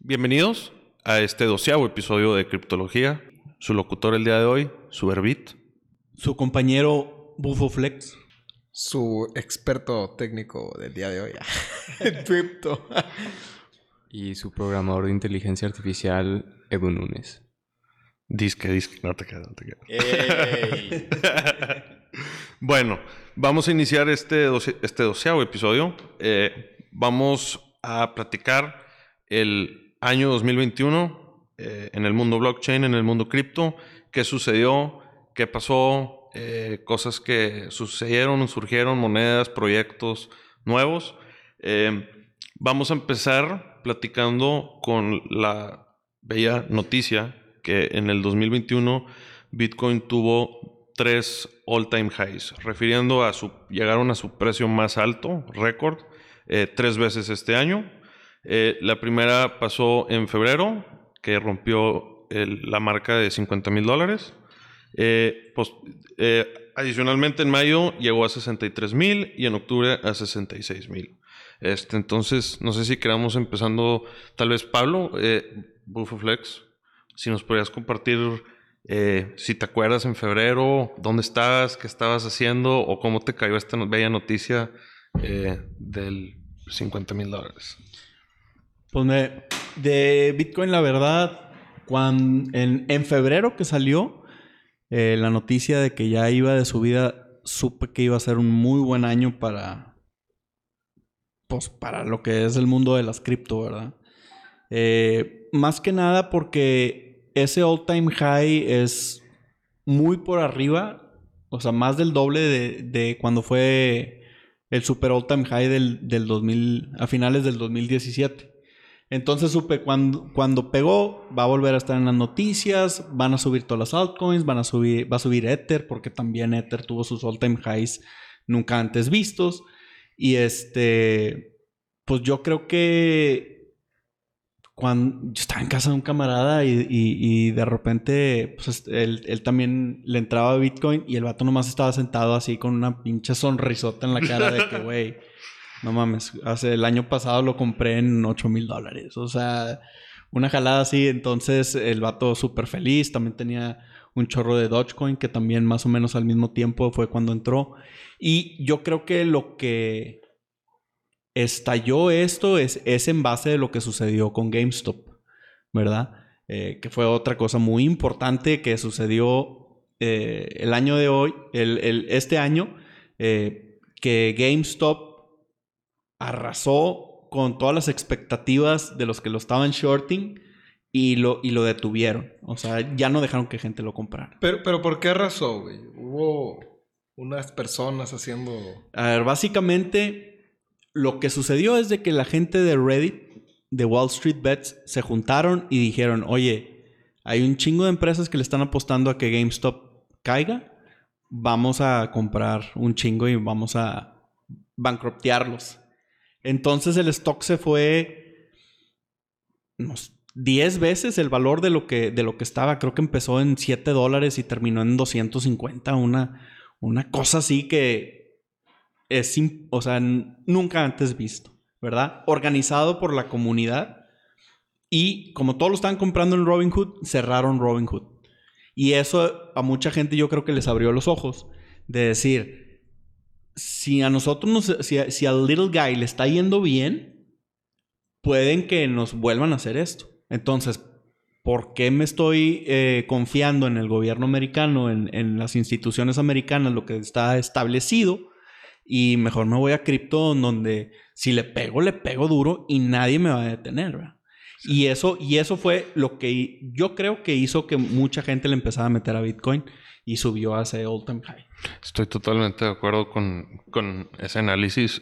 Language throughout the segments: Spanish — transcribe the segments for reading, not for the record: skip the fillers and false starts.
Bienvenidos a este 12º episodio de Criptología. Su locutor el día de hoy, Superbit. Su compañero BufoFlex. Su experto técnico del día de hoy. En cripto. Y su programador de inteligencia artificial, Edu Núñez. Disque, no te queda. Bueno, vamos a iniciar este 12º episodio. Vamos a platicar el año 2021 en el mundo blockchain, en el mundo cripto. ¿Qué sucedió? ¿Qué pasó? Cosas que sucedieron, surgieron, monedas, proyectos nuevos. Vamos a empezar platicando con la bella noticia que en el 2021 Bitcoin tuvo 3 all-time highs, refiriendo a llegaron a su precio más alto, récord, 3 veces este año. La primera pasó en febrero, que rompió la marca de $50,000. Adicionalmente en mayo llegó a 63,000 y en octubre a 66,000. Entonces, no sé si queramos empezando, tal vez Pablo, BufoFlex, si nos podrías compartir, si te acuerdas en febrero, dónde estabas, qué estabas haciendo o cómo te cayó esta bella noticia del $50,000. Pues de Bitcoin, la verdad, en febrero que salió la noticia de que ya iba de subida, supe que iba a ser un muy buen año para lo que es el mundo de las cripto, ¿verdad? Más que nada porque ese all-time high es muy por arriba, o sea, más del doble de cuando fue el super all-time high del 2000, a finales del 2017. Entonces supe cuando pegó, va a volver a estar en las noticias, van a subir todas las altcoins, va a subir Ether, porque también Ether tuvo sus all-time highs nunca antes vistos. Y pues yo creo que cuando yo estaba en casa de un camarada y de repente pues él también le entraba a Bitcoin y el vato nomás estaba sentado así con una pinche sonrisota en la cara de que, güey, no mames, el año pasado lo compré en $8,000. O sea, una jalada así. Entonces el vato súper feliz. También tenía un chorro de Dogecoin que también más o menos al mismo tiempo fue cuando entró. Y yo creo que lo que estalló esto es en base de lo que sucedió con GameStop, ¿verdad? Que fue otra cosa muy importante que sucedió el año de hoy, este año, que GameStop arrasó con todas las expectativas de los que lo estaban shorting y lo detuvieron. O sea, ya no dejaron que gente lo comprara. Pero ¿por qué arrasó, güey? Hubo unas personas haciendo... A ver, básicamente lo que sucedió es de que la gente de Reddit, de Wall Street Bets, se juntaron y dijeron, oye, hay un chingo de empresas que le están apostando a que GameStop caiga. Vamos a comprar un chingo y vamos a bankruptearlos. Entonces el stock se fue unos 10 veces el valor de lo que estaba. Creo que empezó en $7 y terminó en 250. Una cosa así que es, o sea, nunca antes visto, ¿verdad? Organizado por la comunidad. Y como todos lo estaban comprando en Robinhood, cerraron Robinhood. Y eso a mucha gente yo creo que les abrió los ojos. De decir, si a nosotros, si al little guy le está yendo bien, pueden que nos vuelvan a hacer esto. Entonces, ¿por qué me estoy confiando en el gobierno americano, en las instituciones americanas, lo que está establecido? Y mejor me voy a cripto, donde si le pego duro y nadie me va a detener, ¿verdad? Sí. Y eso fue lo que yo creo que hizo que mucha gente le empezara a meter a Bitcoin y subió a ese all-time high. Estoy totalmente de acuerdo con ese análisis.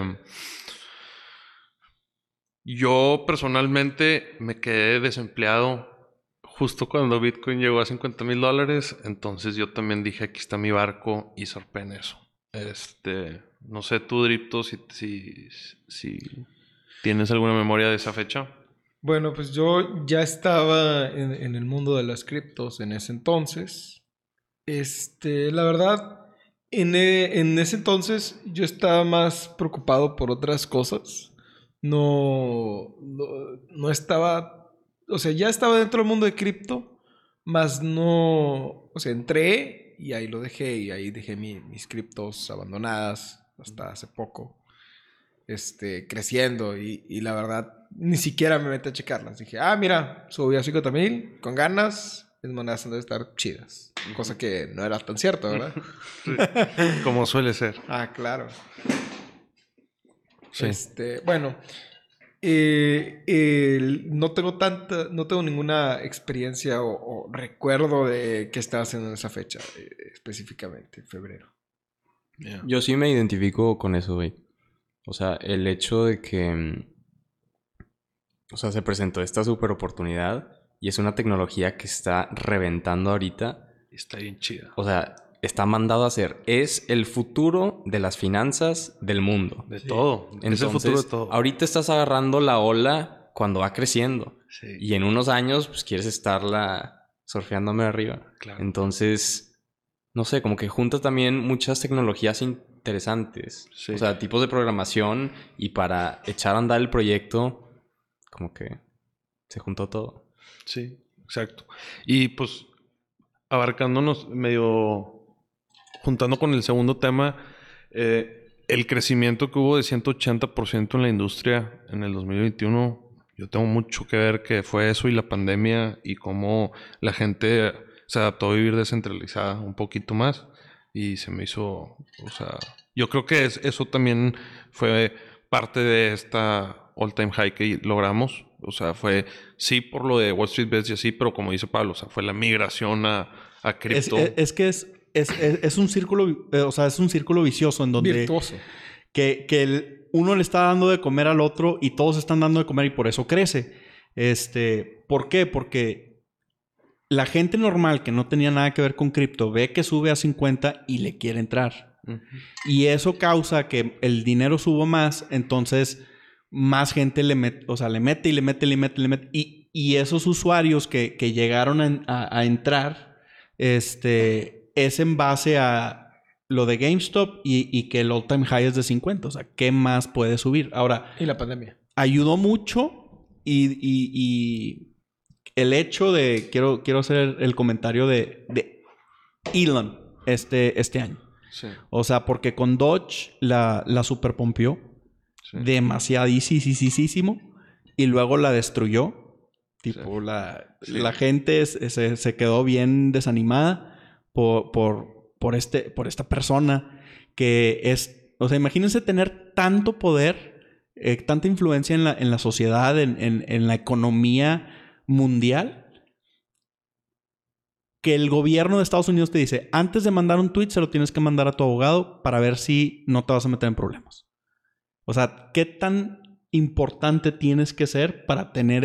Yo personalmente me quedé desempleado justo cuando Bitcoin llegó a $50,000. Entonces yo también dije, aquí está mi barco y zarpé en eso. No sé tú, Dripto, si tienes alguna memoria de esa fecha. Bueno, pues yo ya estaba en el mundo de las criptos en ese entonces. La verdad, en ese entonces yo estaba más preocupado por otras cosas. no estaba, o sea, ya estaba dentro del mundo de cripto, mas no, o sea, entré y ahí lo dejé y ahí dejé mis criptos abandonadas hasta hace poco, creciendo y la verdad ni siquiera me metí a checarlas. Dije, mira, subió a 50,000 con ganas, mis monedas han de estar chidas, cosa que no era tan cierto, ¿verdad? Sí. Como suele ser. Claro. Sí. Bueno, no tengo ninguna experiencia o recuerdo de qué estaba haciendo en esa fecha, específicamente, en febrero. Yeah. Yo sí me identifico con eso, güey. O sea, el hecho de que... O sea, se presentó esta super oportunidad y es una tecnología que está reventando ahorita. Está bien chida. O sea, está mandado a hacer. Es el futuro de las finanzas del mundo. De todo. Entonces, es el futuro de todo. Ahorita estás agarrando la ola cuando va creciendo. Sí. Y en unos años, pues quieres estarla surfeándome arriba. Claro. Entonces, no sé, como que junta también muchas tecnologías interesantes. Sí. O sea, tipos de programación y para echar a andar el proyecto, como que se juntó todo. Sí, exacto. Y pues, abarcándonos juntando con el segundo tema, el crecimiento que hubo de 180% en la industria en el 2021, yo tengo mucho que ver que fue eso y la pandemia y cómo la gente se adaptó a vivir descentralizada un poquito más y se me hizo, o sea, yo creo que eso también fue parte de esta all-time high que logramos. O sea, fue sí por lo de Wall Street Bets y así, pero como dice Pablo, o sea, fue la migración a cripto. Es que es un círculo, o sea, es un círculo vicioso en donde... Virtuoso. Que uno le está dando de comer al otro y todos están dando de comer y por eso crece. ¿Por qué? Porque la gente normal que no tenía nada que ver con cripto ve que sube a 50 y le quiere entrar. Uh-huh. Y eso causa que el dinero suba más, entonces más gente le mete y le mete. Y esos usuarios que llegaron a entrar, es en base a lo de GameStop y que el all-time high es de 50. O sea, ¿qué más puede subir? Ahora... Y la pandemia. Ayudó mucho y el hecho de... Quiero hacer el comentario de Elon este año. Sí. O sea, porque con Doge la superpompió. Sí. Demasiadísimo. Y luego la destruyó. Tipo, sí. la gente se quedó bien desanimada por esta persona que es... O sea, imagínense tener tanto poder, tanta influencia en la sociedad, en la economía mundial, que el gobierno de Estados Unidos te dice, antes de mandar un tweet se lo tienes que mandar a tu abogado para ver si no te vas a meter en problemas. O sea, ¿qué tan importante tienes que ser para tener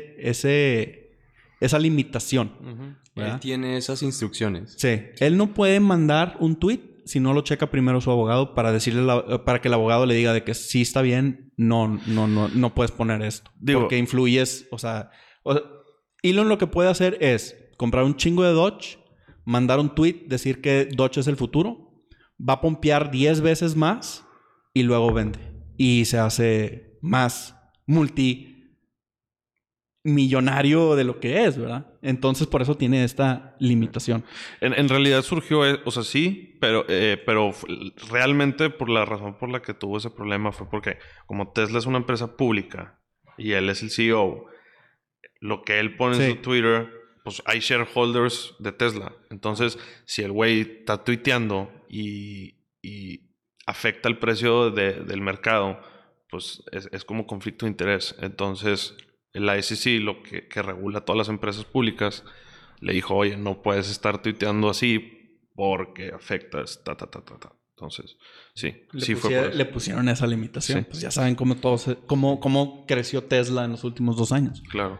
esa limitación? Uh-huh. Él tiene esas instrucciones. Sí. Él no puede mandar un tweet si no lo checa primero su abogado para decirle para que el abogado le diga de que sí está bien, no puedes poner esto. Porque influyes, o sea, Elon lo que puede hacer es comprar un chingo de Doge, mandar un tweet, decir que Doge es el futuro, va a pompear 10 veces más y luego vende. Y se hace más multimillonario de lo que es, ¿verdad? Entonces, por eso tiene esta limitación. En realidad surgió, o sea, sí, pero realmente por la razón por la que tuvo ese problema fue porque como Tesla es una empresa pública y él es el CEO, lo que él pone en su Twitter, pues hay shareholders de Tesla. Entonces, si el güey está tuiteando y afecta el precio del mercado, pues es como conflicto de interés. Entonces, la SEC, lo que regula todas las empresas públicas, le dijo, oye, no puedes estar tuiteando así porque afectas, Entonces, sí, fue por eso. Le pusieron esa limitación. Sí. Pues ya saben cómo creció Tesla en los últimos 2 años. Claro.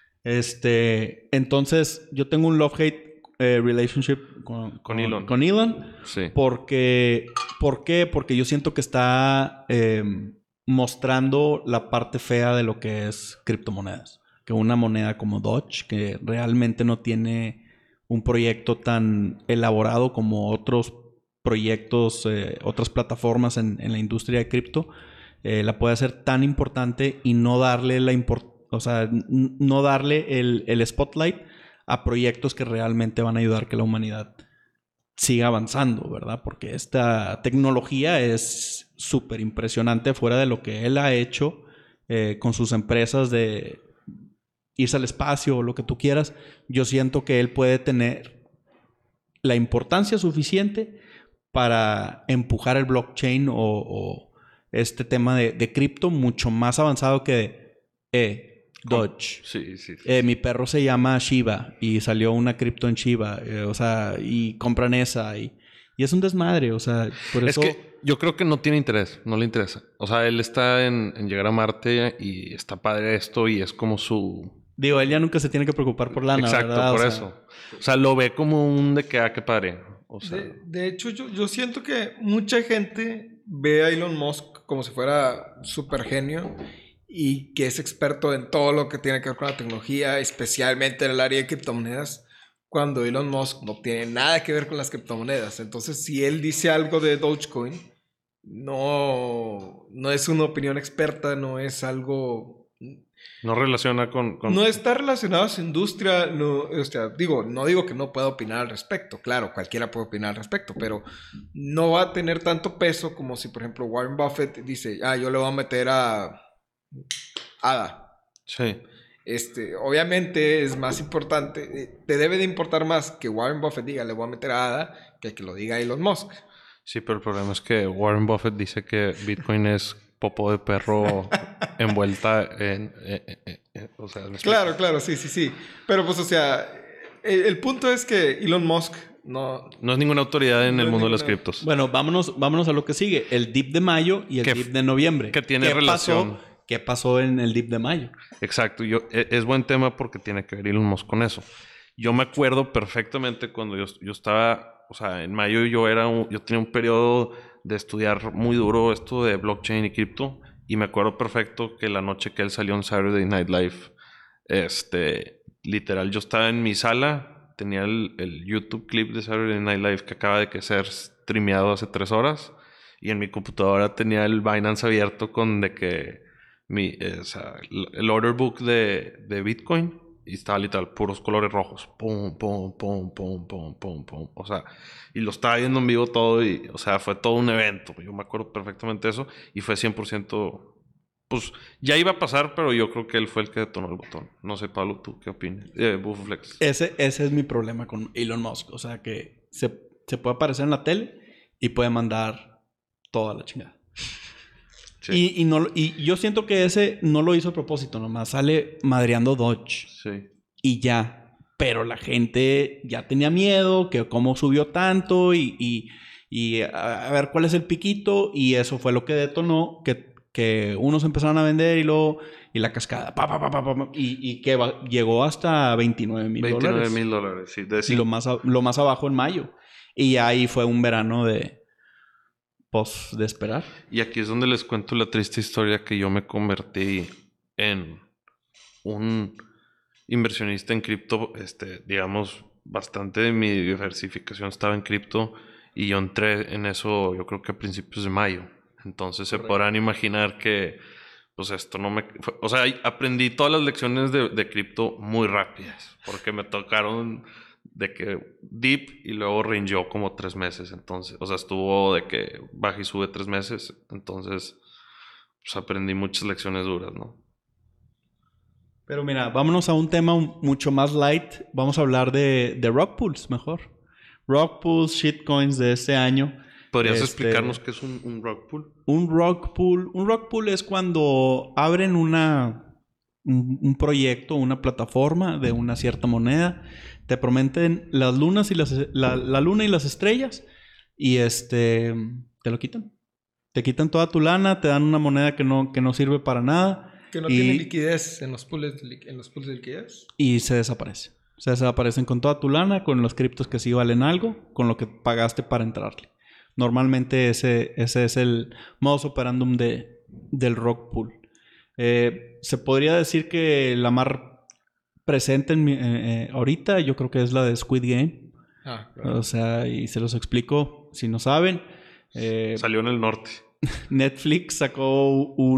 Entonces, yo tengo un love-hate relationship con Elon. Con Elon. Sí. ¿Por qué? Porque yo siento que está mostrando la parte fea de lo que es criptomonedas. Que una moneda como Doge, que realmente no tiene un proyecto tan elaborado como otros proyectos, otras plataformas en la industria de cripto, la puede hacer tan importante y no darle no darle el spotlight a proyectos que realmente van a ayudar que la humanidad siga avanzando, ¿verdad? Porque esta tecnología es súper impresionante fuera de lo que él ha hecho con sus empresas de irse al espacio o lo que tú quieras. Yo siento que él puede tener la importancia suficiente para empujar el blockchain o este tema de cripto mucho más avanzado que Doge. Sí. Mi perro se llama Shiba y salió una cripto en Shiba, y compran esa y es un desmadre, o sea, por eso... Es que yo creo que no tiene interés, no le interesa. O sea, él está en llegar a Marte y está padre esto y es como su... Digo, él ya nunca se tiene que preocupar por lana, Exacto, ¿verdad? por eso. O sea, lo ve como un de que, qué padre. O sea... De hecho, yo siento que mucha gente ve a Elon Musk como si fuera súper genio y que es experto en todo lo que tiene que ver con la tecnología, especialmente en el área de criptomonedas, cuando Elon Musk no tiene nada que ver con las criptomonedas. Entonces, si él dice algo de Dogecoin, no es una opinión experta, no es algo... No relaciona con... No está relacionado a su industria, no, o sea, no digo que no pueda opinar al respecto, claro, cualquiera puede opinar al respecto, pero no va a tener tanto peso como si, por ejemplo, Warren Buffett dice, yo le voy a meter a ADA. Sí. Obviamente es más importante, te debe de importar más que Warren Buffett diga, le voy a meter a ADA, que lo diga Elon Musk. Sí, pero el problema es que Warren Buffett dice que Bitcoin es popó de perro envuelta en... o sea, Claro, sí. Pero pues, o sea, el punto es que Elon Musk no es ninguna autoridad en no el es mundo de las ninguna... criptos. Bueno, vámonos a lo que sigue. El dip de mayo y el dip de noviembre. Que tiene relación. ¿Qué pasó en el dip de mayo? Exacto. Es buen tema porque tiene que ver Elon Musk con eso. Yo me acuerdo perfectamente cuando yo estaba... O sea, en mayo yo tenía un periodo de estudiar muy duro esto de blockchain y cripto. Y me acuerdo perfecto que la noche que él salió en Saturday Night Live, literal, yo estaba en mi sala, tenía el YouTube clip de Saturday Night Live que acaba de ser streameado hace 3 horas. Y en mi computadora tenía el Binance abierto con de que el order book de Bitcoin. Y estaba literal, puros colores rojos. Pum, pum, pum, pum, pum, pum, pum. O sea, y lo estaba viendo en vivo todo y, o sea, fue todo un evento. Yo me acuerdo perfectamente de eso y fue 100%... Pues ya iba a pasar, pero yo creo que él fue el que detonó el botón. No sé, Pablo, ¿tú qué opinas? Bufoflex. Ese es mi problema con Elon Musk. O sea, que se puede aparecer en la tele y puede mandar toda la chingada. Sí. Y yo siento que ese no lo hizo a propósito, nomás sale madreando Doge. Sí. Y ya. Pero la gente ya tenía miedo, que cómo subió tanto y a ver cuál es el piquito. Y eso fue lo que detonó que unos empezaron a vender y la cascada. Y que llegó hasta $29,000. $29,000, sí. Y lo más abajo en mayo. Y ahí fue un verano de esperar. Y aquí es donde les cuento la triste historia que yo me convertí en un inversionista en cripto. Digamos, bastante de mi diversificación estaba en cripto y yo entré en eso yo creo que a principios de mayo. Entonces se podrán imaginar que pues esto no me... O sea, aprendí todas las lecciones de cripto muy rápidas porque me tocaron... de que dip y luego rangeó como 3 meses. Entonces, o sea, estuvo de que baja y sube 3 meses. Entonces, pues aprendí muchas lecciones duras, ¿no? Pero mira, vámonos a un tema mucho más light. Vamos a hablar de rug pulls mejor. Rug pulls, shitcoins de este año. ¿Podrías explicarnos qué es un rug pull? Un rug pull es cuando abren un proyecto, una plataforma de una cierta moneda, te prometen las lunas y la luna y las estrellas y te lo quitan. Te quitan toda tu lana, te dan una moneda que no sirve para nada. Que no tiene liquidez en los pools de liquidez. Y se desaparece. Se desaparecen con toda tu lana, con los criptos que sí valen algo, con lo que pagaste para entrarle. Normalmente ese es el modus operandum del rug pull. Se podría decir que la más presente ahorita yo creo que es la de Squid Game. Claro. O sea, y se los explico si no saben. Salió en el norte. Netflix sacó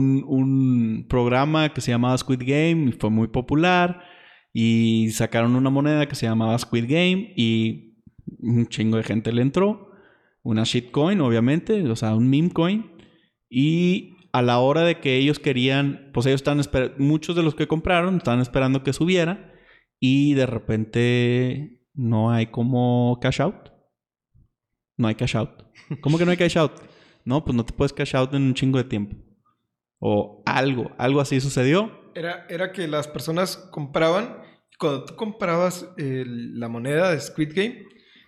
un programa que se llamaba Squid Game y fue muy popular. Y sacaron una moneda que se llamaba Squid Game y un chingo de gente le entró. Una shitcoin, obviamente, o sea, un meme coin. Y a la hora de que ellos querían, pues ellos estaban esperando, muchos de los que compraron estaban esperando que subiera y de repente no hay como cash out. No hay cash out. ¿Cómo que no hay cash out? No, pues no te puedes cash out en un chingo de tiempo. O algo así sucedió. Era que las personas compraban, y cuando tú comprabas la moneda de Squid Game,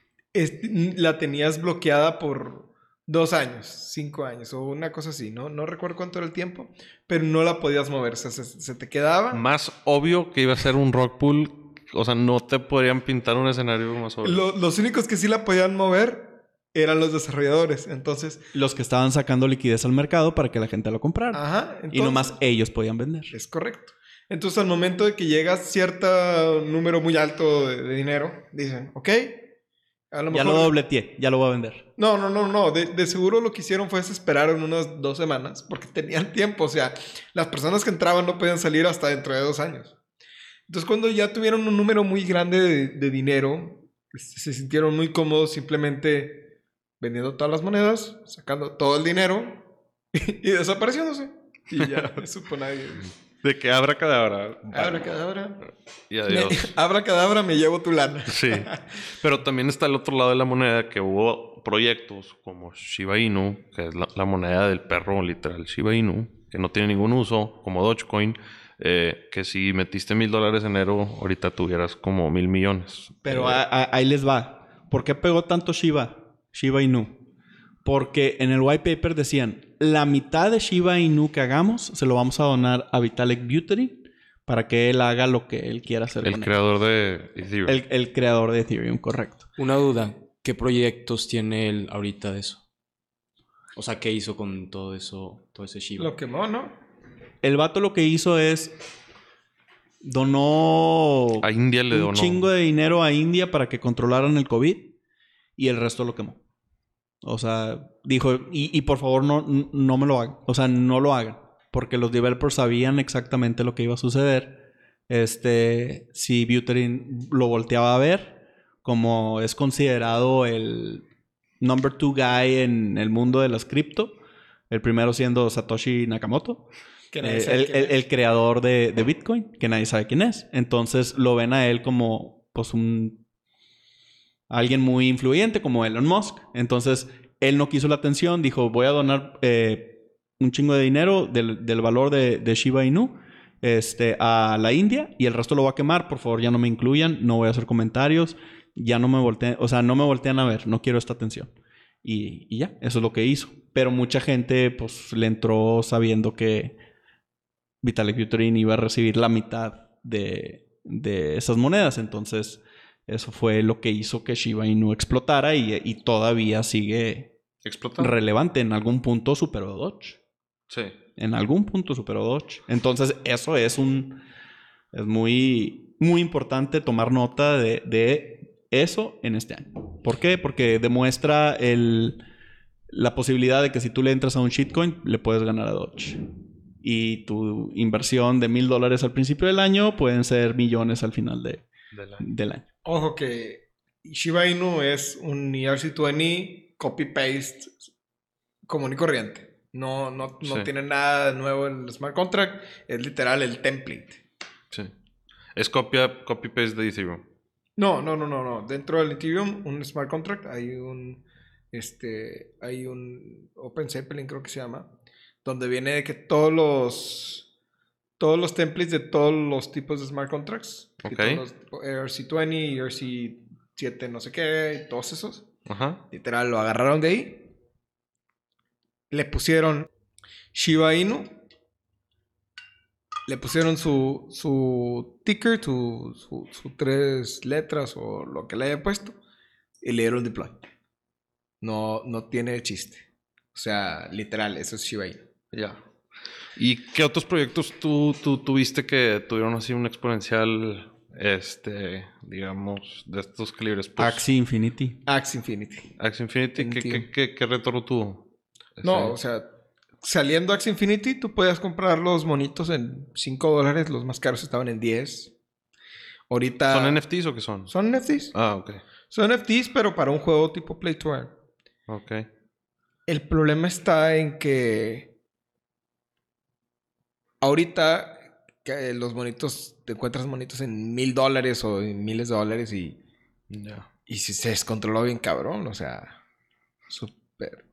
la tenías bloqueada por 2 años, 5 años o una cosa así, ¿no? No recuerdo cuánto era el tiempo, pero no la podías mover, o sea, se te quedaba. Más obvio que iba a ser un rock pool. O sea, no te podrían pintar un escenario más obvio. Los únicos que sí la podían mover eran los desarrolladores, entonces... Los que estaban sacando liquidez al mercado para que la gente lo comprara. Ajá. Entonces, Y nomás ellos podían vender. es correcto. Entonces, al momento de que llega cierto número muy alto de dinero, dicen, ok, a lo Ya mejor... lo dobleteé, ya lo voy a vender. No. De seguro lo que hicieron fue esperaron unas 2 semanas porque tenían tiempo. O sea, las personas que entraban no podían salir hasta dentro de 2 años. Entonces, cuando ya tuvieron un número muy grande de dinero, se sintieron muy cómodos simplemente vendiendo todas las monedas, sacando todo el dinero y desapareciéndose. Y ya, no supo nadie. De que abra cadabra. Abracadabra. Y adiós. Abracadabra, me llevo tu lana. Sí. Pero también está el otro lado de la moneda que hubo proyectos como Shiba Inu, que es la moneda del perro literal Shiba Inu, que no tiene ningún uso, como Dogecoin, que si metiste $1,000 en enero, ahorita tuvieras como 1,000 millones. Pero ahí les va. ¿Por qué pegó tanto Shiba Inu? Porque en el white paper decían, la mitad de Shiba Inu que hagamos se lo vamos a donar a Vitalik Buterin para que él haga lo que él quiera hacer El con él. creador de Ethereum. El creador de Ethereum, correcto. Una duda. ¿Qué proyectos tiene él ahorita de eso? O sea, ¿qué hizo con todo eso, todo ese Shiba? Lo quemó, ¿no? El vato lo que hizo es donó A India le donó. un chingo de dinero a India para que controlaran el COVID y el resto lo quemó. O sea, dijo, y por favor no me lo hagan. O sea, no lo hagan. Porque los developers sabían exactamente lo que iba a suceder. Si Buterin lo volteaba a ver, como es considerado el number 2 guy en el mundo de las cripto, el primero siendo Satoshi Nakamoto, Que nadie sabe quién es. el creador de Bitcoin, que nadie sabe quién es. Entonces lo ven a él como pues alguien muy influyente como Elon Musk. Entonces, él no quiso la atención. Dijo, voy a donar un chingo de dinero del valor de Shiba Inu a la India y el resto lo voy a quemar. Por favor, ya no me incluyan. No voy a hacer comentarios. Ya no me voltean, o sea, no me voltean a ver. No quiero esta atención. Y ya, eso es lo que hizo. Pero mucha gente, pues, le entró sabiendo que Vitalik Buterin iba a recibir la mitad de esas monedas. Entonces... eso fue lo que hizo que Shiba Inu explotara y todavía sigue ¿Explotó? relevante. En algún punto superó Doge. Sí. En algún punto superó Doge. Entonces, eso es muy, muy importante tomar nota de eso en este año. ¿Por qué? Porque demuestra la posibilidad de que si tú le entras a un shitcoin, le puedes ganar a Doge. Y tu inversión de $1,000 al principio del año pueden ser millones al final del año. Ojo que Shiba Inu es un ERC20 copy-paste común y corriente. No Sí. tiene nada nuevo en el smart contract. Es literal el template. Sí. Es copy-paste de Ethereum. No. Dentro del Ethereum, un smart contract, hay un Open Zeppelin, creo que se llama, donde viene de que todos los templates de todos los tipos de smart contracts, Ok. todos los ERC20, ERC7, no sé qué, todos esos, Ajá. literal, lo agarraron de ahí, le pusieron Shiba Inu, le pusieron su ticker, su 3 letras o lo que le haya puesto, y le dieron deploy. No tiene chiste. O sea, literal, eso es Shiba Inu. Ya. ¿Y qué otros proyectos tú tuviste que tuvieron así un exponencial, digamos, de estos calibres? Pues, Axie Infinity. Axie Infinity. Axie Infinity, ¿qué retorno tuvo? No, o sea, saliendo Axie Infinity, tú podías comprar los monitos en $5. Los más caros estaban en 10. Ahorita... ¿Son NFTs o qué son? ¿Son NFTs? Ah, ok. Son NFTs, pero para un juego tipo Play to Earn. Ok. El problema está en que ahorita los monitos, te encuentras monitos en $1,000 o en miles de dólares y si se descontroló bien cabrón, o sea, súper.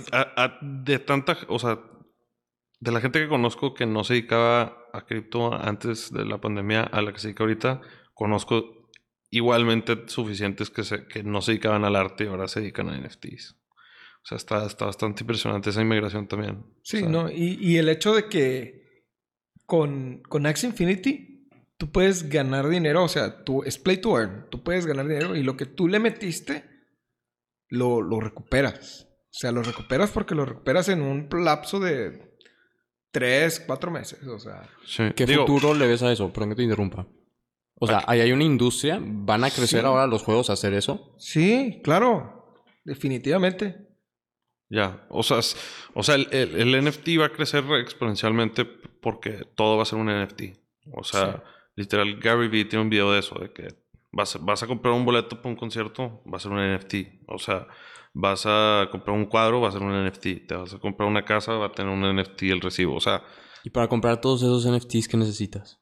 De tanta, o sea, de la gente que conozco que no se dedicaba a cripto antes de la pandemia a la que se dedica ahorita, conozco igualmente suficientes que no se dedicaban al arte y ahora se dedican a NFTs. O sea, está bastante impresionante esa inmigración también. Sí, o sea, ¿no? Y el hecho de que con Axie Infinity tú puedes ganar dinero, o sea, es Play to Earn, tú puedes ganar dinero y lo que tú le metiste lo recuperas. O sea, lo recuperas porque lo recuperas en un lapso de 3, 4 meses, o sea. sí. ¿Qué futuro le ves a eso? Perdón que te interrumpa. O sea, ahí hay una industria. ¿Van a crecer ahora los juegos a hacer eso? Sí, claro. Definitivamente. Ya, o sea, el NFT va a crecer exponencialmente porque todo va a ser un NFT. O sea, literal, Gary Vee tiene un video de eso, de que vas a comprar un boleto para un concierto, va a ser un NFT. O sea, vas a comprar un cuadro, va a ser un NFT. Te vas a comprar una casa, va a tener un NFT el recibo. O sea, Y para comprar todos esos NFTs, ¿qué necesitas?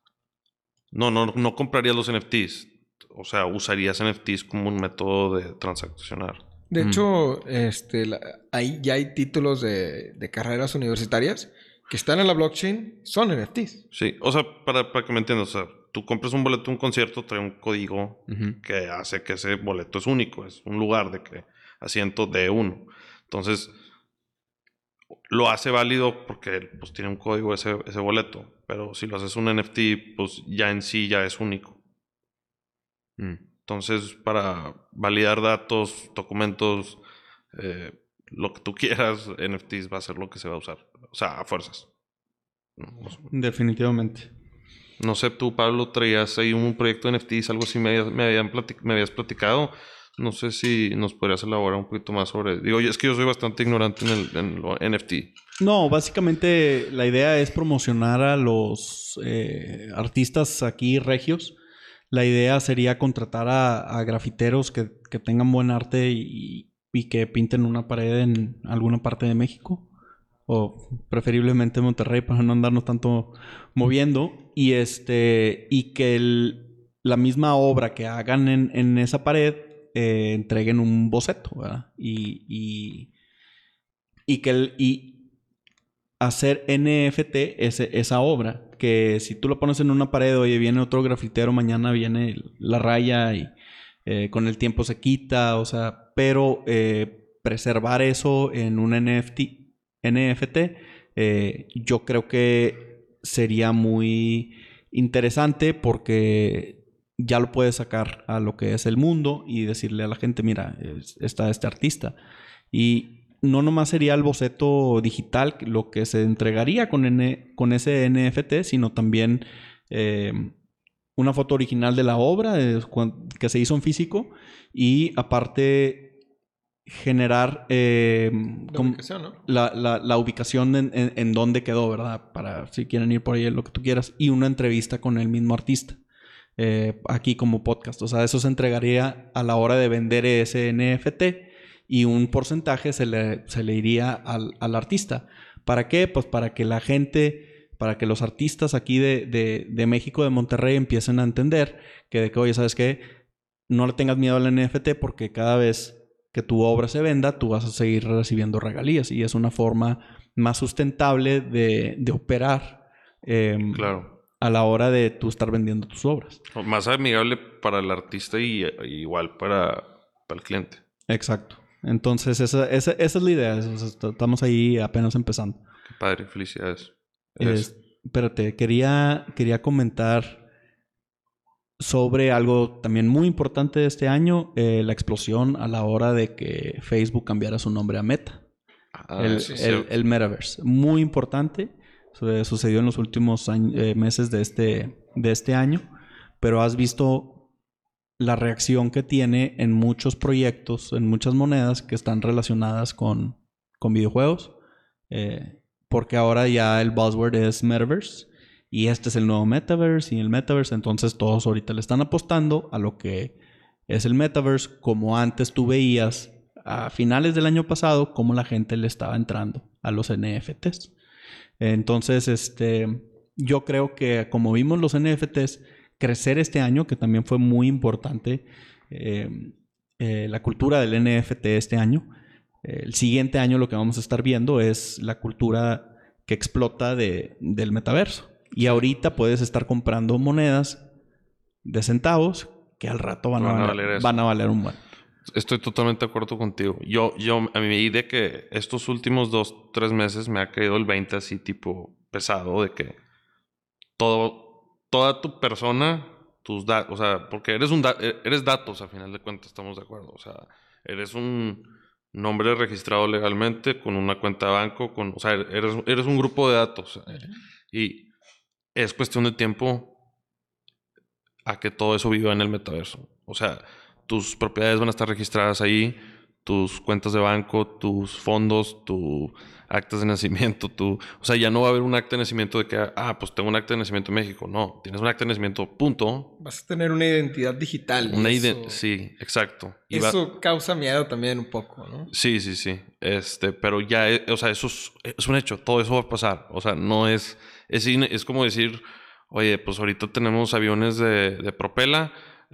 no comprarías los NFTs. O sea, usarías NFTs como un método de transaccionar. De hecho, ahí ya hay títulos de carreras universitarias que están en la blockchain, son NFTs. Sí, o sea, para que me entiendas, o sea, tú compras un boleto de un concierto, trae un código que hace que ese boleto es único, es un lugar de que asiento de uno. Entonces, lo hace válido porque pues tiene un código ese boleto, pero si lo haces un NFT, pues ya en sí ya es único. Entonces, para validar datos, documentos, lo que tú quieras, NFTs va a ser lo que se va a usar. O sea, a fuerzas. Definitivamente. No sé, tú, Pablo, traías ahí un proyecto de NFTs, algo así me habías platicado. No sé si nos podrías elaborar un poquito más sobre... Digo, es que yo soy bastante ignorante en lo NFT. No, básicamente la idea es promocionar a los artistas aquí regios. La idea sería contratar a grafiteros que tengan buen arte y que pinten una pared en alguna parte de México. O preferiblemente Monterrey para no andarnos tanto moviendo. Y que la misma obra que hagan en esa pared entreguen un boceto, ¿verdad? Y hacer NFT esa obra. Que si tú lo pones en una pared, oye, viene otro grafitero, mañana viene la raya y con el tiempo se quita, o sea, pero preservar eso en un NFT, yo creo que sería muy interesante porque ya lo puedes sacar a lo que es el mundo y decirle a la gente, mira, está este artista. Y no nomás sería el boceto digital lo que se entregaría con ese NFT, sino también una foto original de la obra que se hizo en físico y aparte generar ubicación, ¿no? la ubicación en dónde quedó, ¿verdad? Para si quieren ir por ahí, lo que tú quieras. Y una entrevista con el mismo artista. Aquí como podcast. O sea, eso se entregaría a la hora de vender ese NFT y un porcentaje se le iría al artista. ¿Para qué? Pues para que la gente, para que los artistas aquí de México, de Monterrey, empiecen a entender que oye, ¿sabes qué? No le tengas miedo al NFT porque cada vez que tu obra se venda, tú vas a seguir recibiendo regalías y es una forma más sustentable de operar Claro. a la hora de tú estar vendiendo tus obras. Más amigable para el artista y igual para el cliente. Exacto. Entonces, esa es la idea. Estamos ahí apenas empezando. Qué padre, felicidades. Espérate, quería comentar sobre algo también muy importante de este año, la explosión a la hora de que Facebook cambiara su nombre a Meta. El Metaverse. Muy importante. Sucedió en los últimos meses de este año. Pero has visto la reacción que tiene en muchos proyectos, en muchas monedas que están relacionadas con videojuegos. porque ahora ya el buzzword es Metaverse. Y este es el nuevo Metaverse y el Metaverse. Entonces todos ahorita le están apostando a lo que es el Metaverse. Como antes tú veías a finales del año pasado cómo la gente le estaba entrando a los NFTs. Entonces, yo creo que como vimos los NFTs crecer este año, que también fue muy importante la cultura del NFT este año. El siguiente año lo que vamos a estar viendo es la cultura que explota del metaverso. Y ahorita puedes estar comprando monedas de centavos que al rato van a valer un buen. Estoy totalmente de acuerdo contigo. A mí de que estos últimos 2-3 meses me ha caído el 20 así tipo pesado de que toda tu persona, tus datos, o sea, porque eres datos a final de cuentas, estamos de acuerdo. O sea, eres un nombre registrado legalmente con una cuenta de banco, o sea, eres un grupo de datos. Y es cuestión de tiempo a que todo eso viva en el metaverso. O sea, tus propiedades van a estar registradas ahí, tus cuentas de banco, tus fondos, tus actas de nacimiento, o sea, ya no va a haber un acta de nacimiento de que, pues tengo un acta de nacimiento en México. No, tienes un acta de nacimiento, punto. Vas a tener una identidad digital. Sí, exacto. Y eso causa miedo también un poco, ¿no? Sí. Pero ya, o sea, eso es un hecho. Todo eso va a pasar. O sea, no es como decir, oye, pues ahorita tenemos aviones de propela,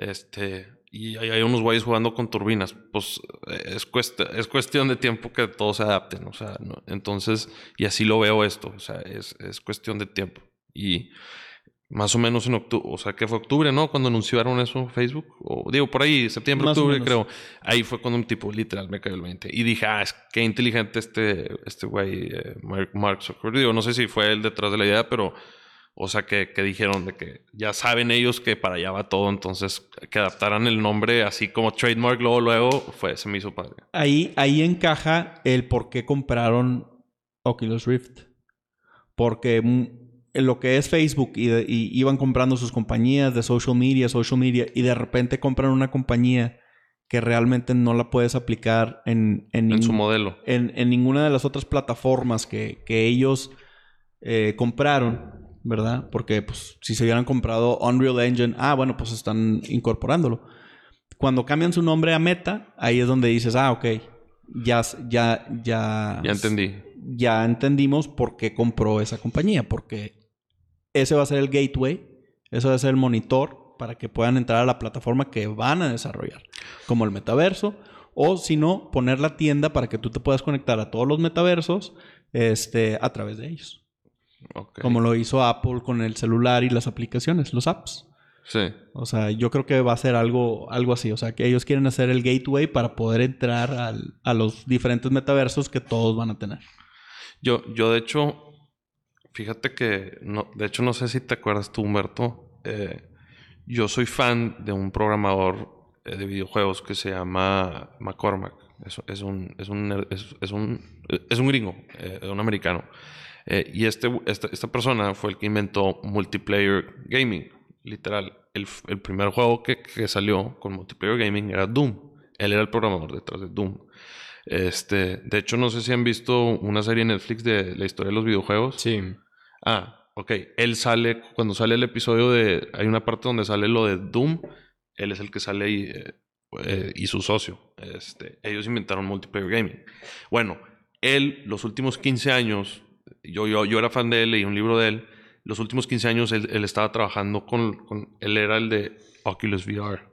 y hay unos güeyes jugando con turbinas. Pues es cuestión de tiempo que todos se adapten. O sea, ¿no? Entonces, y así lo veo esto. O sea, es cuestión de tiempo. Y más o menos en octubre, o sea, que fue octubre, ¿no? Cuando anunciaron eso Facebook. O digo, por ahí, septiembre, más octubre, creo. Ahí fue cuando un tipo literal me cayó el 20. Y dije, qué inteligente este güey, Mark Zuckerberg. Digo, no sé si fue él detrás de la idea, pero... O sea, que dijeron de que ya saben ellos que para allá va todo. Entonces, que adaptaran el nombre así como trademark luego se me hizo padre. Ahí encaja el por qué compraron Oculus Rift. Porque en lo que es Facebook y iban comprando sus compañías de social media y de repente compran una compañía que realmente no la puedes aplicar en su modelo. En ninguna de las otras plataformas que ellos compraron. ¿Verdad? Porque pues si se hubieran comprado Unreal Engine, bueno, pues están incorporándolo. Cuando cambian su nombre a Meta, ahí es donde dices, ok, ya entendí. Ya entendimos por qué compró esa compañía, porque ese va a ser el gateway, ese va a ser el monitor para que puedan entrar a la plataforma que van a desarrollar, como el metaverso, o si no, poner la tienda para que tú te puedas conectar a todos los metaversos a través de ellos. Okay. Como lo hizo Apple con el celular y las aplicaciones, los apps. Sí. O sea, yo creo que va a ser algo así. O sea, que ellos quieren hacer el gateway para poder entrar a los diferentes metaversos que todos van a tener. Yo de hecho, fíjate que... de hecho, no sé si te acuerdas tú, Humberto. Yo soy fan de un programador de videojuegos que se llama McCormack. Es un gringo, un americano. Y esta persona fue el que inventó multiplayer gaming. Literal, el primer juego que salió con multiplayer gaming era Doom. Él era el programador detrás de Doom. De hecho, no sé si han visto una serie en Netflix de la historia de los videojuegos. Sí. Ok. Él sale, cuando sale el episodio hay una parte donde sale lo de Doom. Él es el que sale y su socio. Ellos inventaron multiplayer gaming. Bueno, él, los últimos 15 años... Yo era fan de él, leí un libro de él. Los últimos 15 años él estaba trabajando él era el de Oculus VR.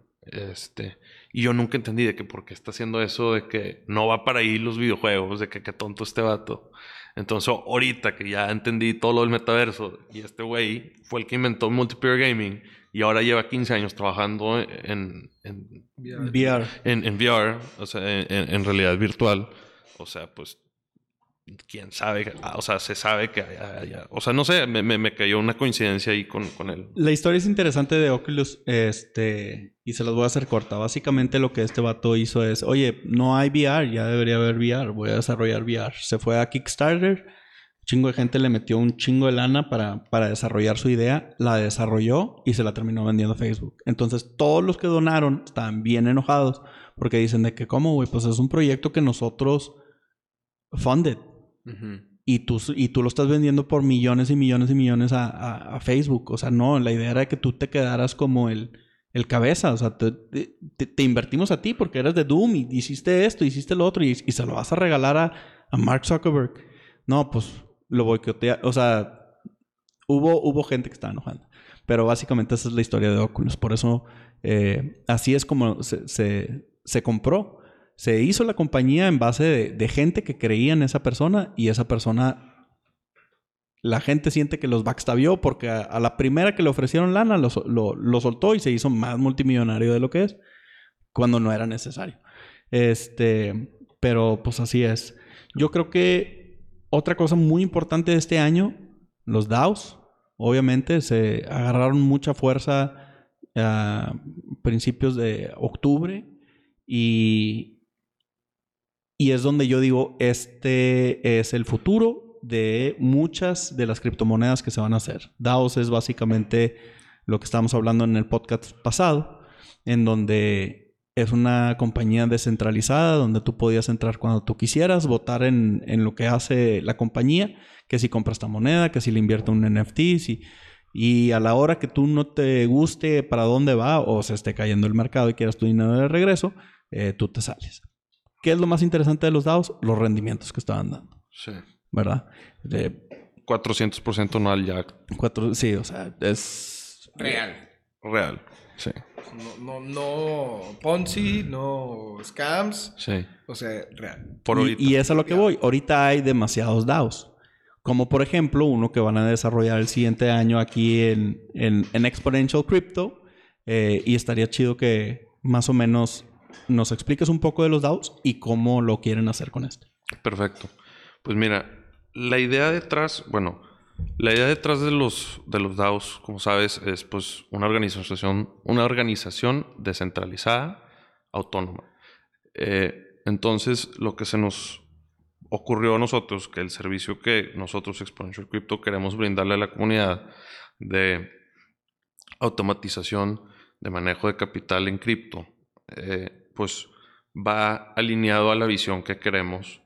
Y yo nunca entendí de que por qué está haciendo eso, de que no va para ahí los videojuegos, de que qué tonto este vato. Entonces, ahorita que ya entendí todo lo del metaverso, y este güey fue el que inventó multiplayer gaming, y ahora lleva 15 años trabajando en VR. En VR, o sea, en realidad virtual. O sea, pues quién sabe, o sea, se sabe que o sea, no sé, me cayó una coincidencia ahí con él. La historia es interesante de Oculus, y se las voy a hacer corta. Básicamente lo que este vato hizo es, oye, no hay VR, ya debería haber VR, voy a desarrollar VR. Se fue a Kickstarter, un chingo de gente le metió un chingo de lana para desarrollar su idea, la desarrolló y se la terminó vendiendo a Facebook. Entonces, todos los que donaron estaban bien enojados porque dicen de que, ¿cómo, güey? Pues es un proyecto que nosotros funded. Uh-huh. y tú lo estás vendiendo por millones y millones y millones a Facebook. O sea, no, la idea era que tú te quedaras como el cabeza. O sea, te invertimos a ti porque eres de Doom y hiciste esto, hiciste lo otro y se lo vas a regalar a Mark Zuckerberg. No, pues lo boicotea. O sea, hubo gente que estaba enojando. Pero básicamente esa es la historia de Oculus. Por eso, así es como se compró. Se hizo la compañía en base de gente que creía en esa persona y esa persona, la gente siente que los backstabió porque a la primera que le ofrecieron lana lo soltó y se hizo más multimillonario de lo que es cuando no era necesario. Pero pues así es. Yo creo que otra cosa muy importante de este año, los DAOs, obviamente se agarraron mucha fuerza a principios de octubre y es donde yo digo, este es el futuro de muchas de las criptomonedas que se van a hacer. DAOs es básicamente lo que estábamos hablando en el podcast pasado, en donde es una compañía descentralizada, donde tú podías entrar cuando tú quisieras, votar en lo que hace la compañía, que si compras esta moneda, que si le invierte un NFT, y a la hora que tú no te guste para dónde va o se esté cayendo el mercado y quieras tu dinero de regreso, tú te sales. ¿Qué es lo más interesante de los DAOs? Los rendimientos que estaban dando. Sí. ¿Verdad? 400% anual ya. Sí, o sea, es... Real. Sí. No Ponzi, no scams. Sí. O sea, real. Por ahorita. Y es a lo que voy. Ahorita hay demasiados DAOs. Como por ejemplo, uno que van a desarrollar el siguiente año aquí en Exponential Crypto. Y estaría chido que más o menos nos expliques un poco de los DAOs y cómo lo quieren hacer con esto. Perfecto. Pues mira, la idea detrás de los DAOs, como sabes, es pues una organización descentralizada, autónoma. Entonces, lo que se nos ocurrió a nosotros, que el servicio que nosotros, Exponential Crypto, queremos brindarle a la comunidad de automatización de manejo de capital en cripto, pues va alineado a la visión que queremos,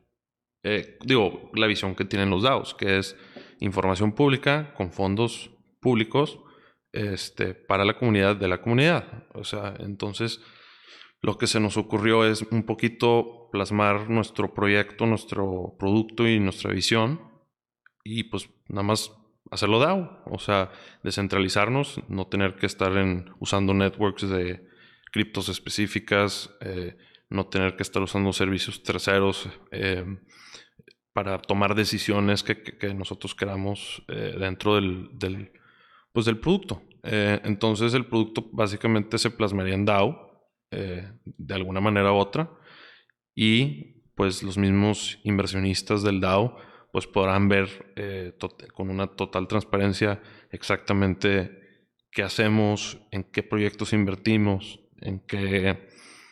la visión que tienen los DAOs, que es información pública con fondos públicos para la comunidad de la comunidad. O sea, entonces lo que se nos ocurrió es un poquito plasmar nuestro proyecto, nuestro producto y nuestra visión y pues nada más hacerlo DAO. O sea, descentralizarnos, no tener que estar usando networks de criptos específicas, no tener que estar usando servicios terceros para tomar decisiones que nosotros queramos dentro del producto. Entonces el producto básicamente se plasmaría en DAO de alguna manera u otra y pues los mismos inversionistas del DAO pues podrán ver con una total transparencia exactamente qué hacemos, en qué proyectos invertimos, en qué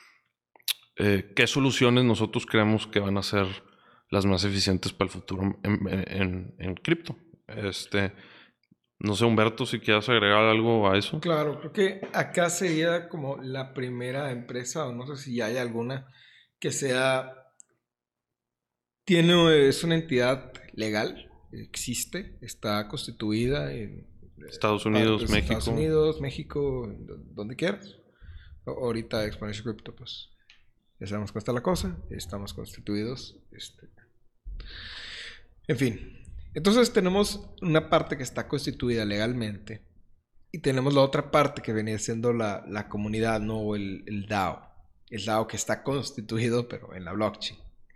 soluciones nosotros creemos que van a ser las más eficientes para el futuro en cripto. No sé, Humberto, si quieres agregar algo a eso. Claro, creo que acá sería como la primera empresa, o no sé si hay alguna, que es una entidad legal, existe, está constituida en Estados Unidos, México. Estados Unidos, México, donde quieras. Ahorita Exponential Crypto, pues ya sabemos cómo está la cosa, estamos constituidos. En fin. Entonces tenemos una parte que está constituida legalmente y tenemos la otra parte que venía siendo la comunidad, ¿no? O el DAO. El DAO que está constituido pero en la blockchain.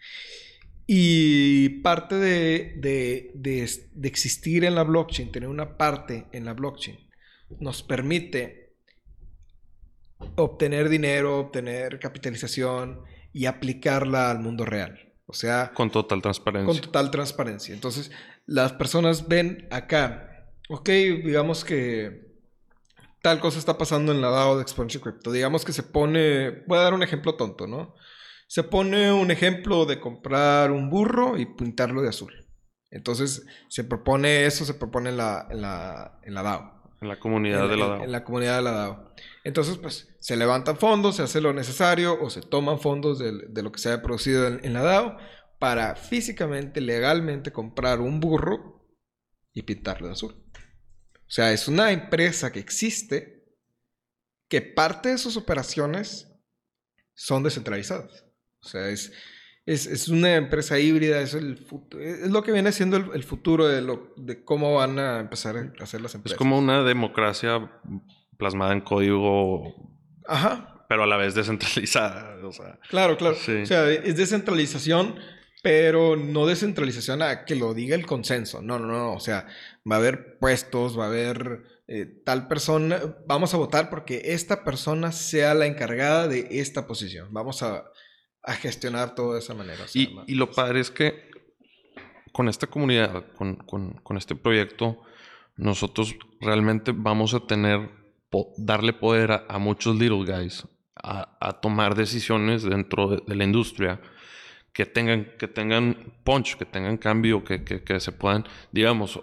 Y parte de existir en la blockchain, tener una parte en la blockchain, nos permite obtener dinero, obtener capitalización y aplicarla al mundo real. O sea, con total transparencia. Con total transparencia. Entonces, las personas ven acá, ok, digamos que tal cosa está pasando en la DAO de Exponential Crypto. Digamos que se pone, voy a dar un ejemplo tonto, ¿no? Se pone un ejemplo de comprar un burro y pintarlo de azul. Entonces, se propone en la DAO. En la comunidad de la DAO. En la comunidad de la DAO. Entonces, pues, se levantan fondos, se hace lo necesario o se toman fondos de lo que se haya producido en la DAO para físicamente, legalmente comprar un burro y pintarlo de azul. O sea, es una empresa que existe que parte de sus operaciones son descentralizadas. O sea, es una empresa híbrida, es lo que viene siendo el futuro de cómo van a empezar a hacer las empresas. Es como una democracia plasmada en código, Ajá. pero a la vez descentralizada. O sea, Claro. sí. O sea, es descentralización, pero no descentralización a que lo diga el consenso. No. O sea, va a haber puestos, va a haber tal persona. Vamos a votar porque esta persona sea la encargada de esta posición. Vamos a gestionar todo de esa manera. O sea, Y lo padre es que con esta comunidad, con este proyecto, nosotros realmente vamos a darle poder a muchos little guys a tomar decisiones dentro de la industria que tengan punch, que tengan cambio, que se puedan, digamos,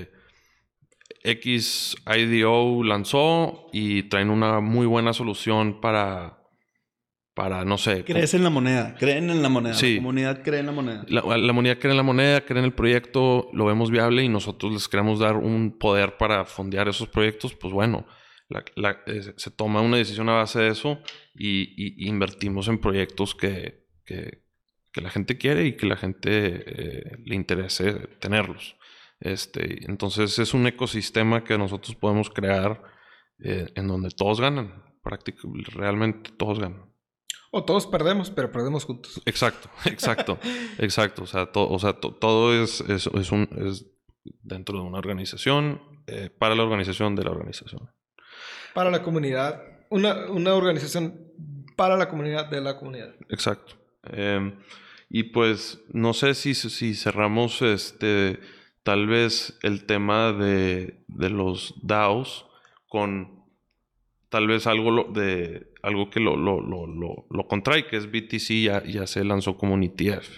X IDO lanzó y traen una muy buena solución para no sé. Crees en la moneda, creen en la moneda. Sí. La comunidad cree en la moneda. La comunidad cree en la moneda, cree en el proyecto, lo vemos viable y nosotros les queremos dar un poder para fondear esos proyectos. Pues bueno, se toma una decisión a base de eso y invertimos en proyectos que la gente quiere y que la gente le interese tenerlos. Entonces es un ecosistema que nosotros podemos crear en donde todos ganan. Realmente todos ganan. O todos perdemos, pero perdemos juntos. Exacto. O sea, todo es dentro de una organización, para la organización de la organización. Para la comunidad. Una organización para la comunidad de la comunidad. Exacto. Y pues no sé si cerramos tal vez el tema de los DAOs con tal vez algo que lo contrae, que es BTC, ya se lanzó como un ETF,